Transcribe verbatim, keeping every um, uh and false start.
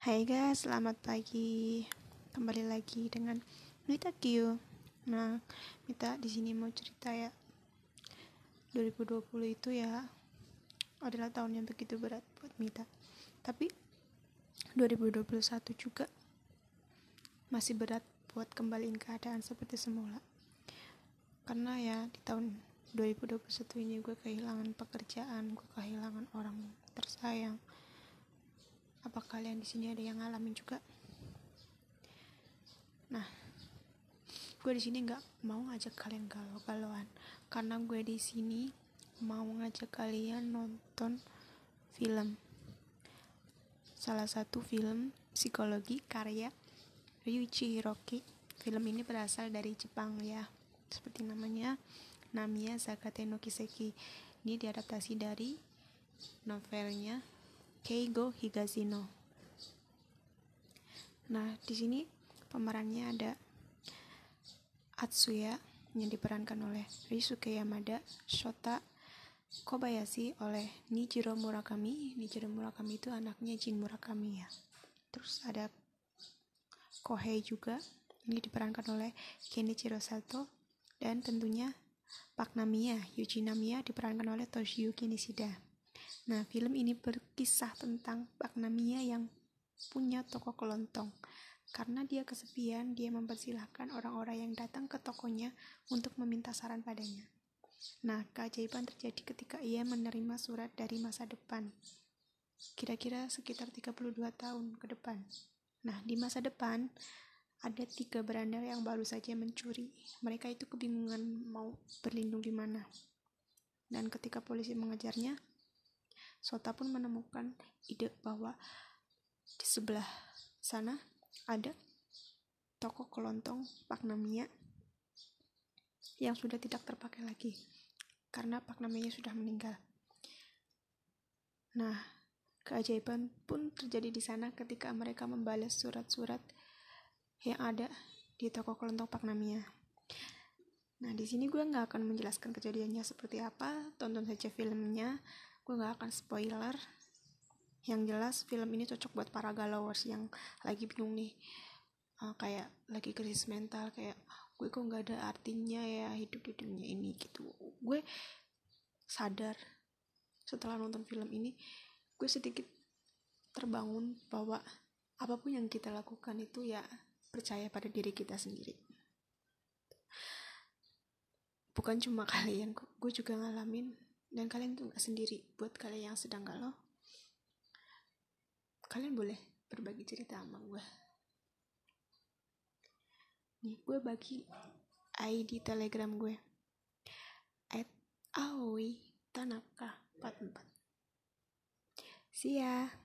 Hai guys, selamat pagi. Kembali lagi dengan Mita Q. Nah, Mita di sini mau cerita ya. dua ribu dua puluh itu ya adalah tahun yang begitu berat buat Mita. Tapi dua ribu dua puluh satu juga masih berat buat kembaliin keadaan seperti semula. Karena ya di tahun dua ribu dua puluh satu ini gue kehilangan pekerjaan, gue kehilangan orang tersayang. Apa kalian di sini ada yang ngalamin juga? Nah, gue di sini nggak mau ngajak kalian galau-galauan, karena gue di sini mau ngajak kalian nonton film. Salah satu film psikologi karya Ryuichi Hiroki. Film ini berasal dari Jepang ya, seperti namanya, Namiya Sakate no Kiseki. Ini diadaptasi dari novelnya Keigo Higashino. Nah, di sini pemerannya ada Atsuya yang diperankan oleh Ryusuke Yamada, Shota Kobayashi oleh Nijiro Murakami. Nijiro Murakami itu anaknya Jin Murakami ya. Terus ada Kohei juga, ini diperankan oleh Kenichiro Sato, dan tentunya Pak Namiya, Yuji Namiya diperankan oleh Toshiyuki Nishida. Nah, film ini berkisah tentang Pak Namiya yang punya toko kelontong. Karena dia kesepian, dia mempersilahkan orang-orang yang datang ke tokonya untuk meminta saran padanya. Nah, keajaiban terjadi ketika ia menerima surat dari masa depan. Kira-kira sekitar tiga puluh dua tahun ke depan. Nah, di masa depan, ada tiga berandal yang baru saja mencuri. Mereka itu kebingungan mau berlindung di mana. Dan ketika polisi mengejarnya, Sota pun menemukan ide bahwa di sebelah sana ada toko kelontong Pak Namiya yang sudah tidak terpakai lagi karena Pak Namiya sudah meninggal. Nah, keajaiban pun terjadi di sana ketika mereka membalas surat-surat yang ada di toko kelontong Pak Namiya. Nah, di sini gue nggak akan menjelaskan kejadiannya seperti apa, tonton saja filmnya. Gue nggak akan spoiler. Yang jelas film ini cocok buat para galawers yang lagi bingung nih, uh, kayak lagi krisis mental, kayak gue kok nggak ada artinya ya hidup di dunia ini gitu. Gue sadar setelah nonton film ini, gue sedikit terbangun bahwa apapun yang kita lakukan itu ya percaya pada diri kita sendiri. Bukan cuma kalian kok, gue juga ngalamin, dan kalian tuh gak sendiri. Buat kalian yang sedang galau, kalian boleh berbagi cerita sama gue. Nih, gue bagi I D Telegram gue at aoi tanaka empat empat. See ya.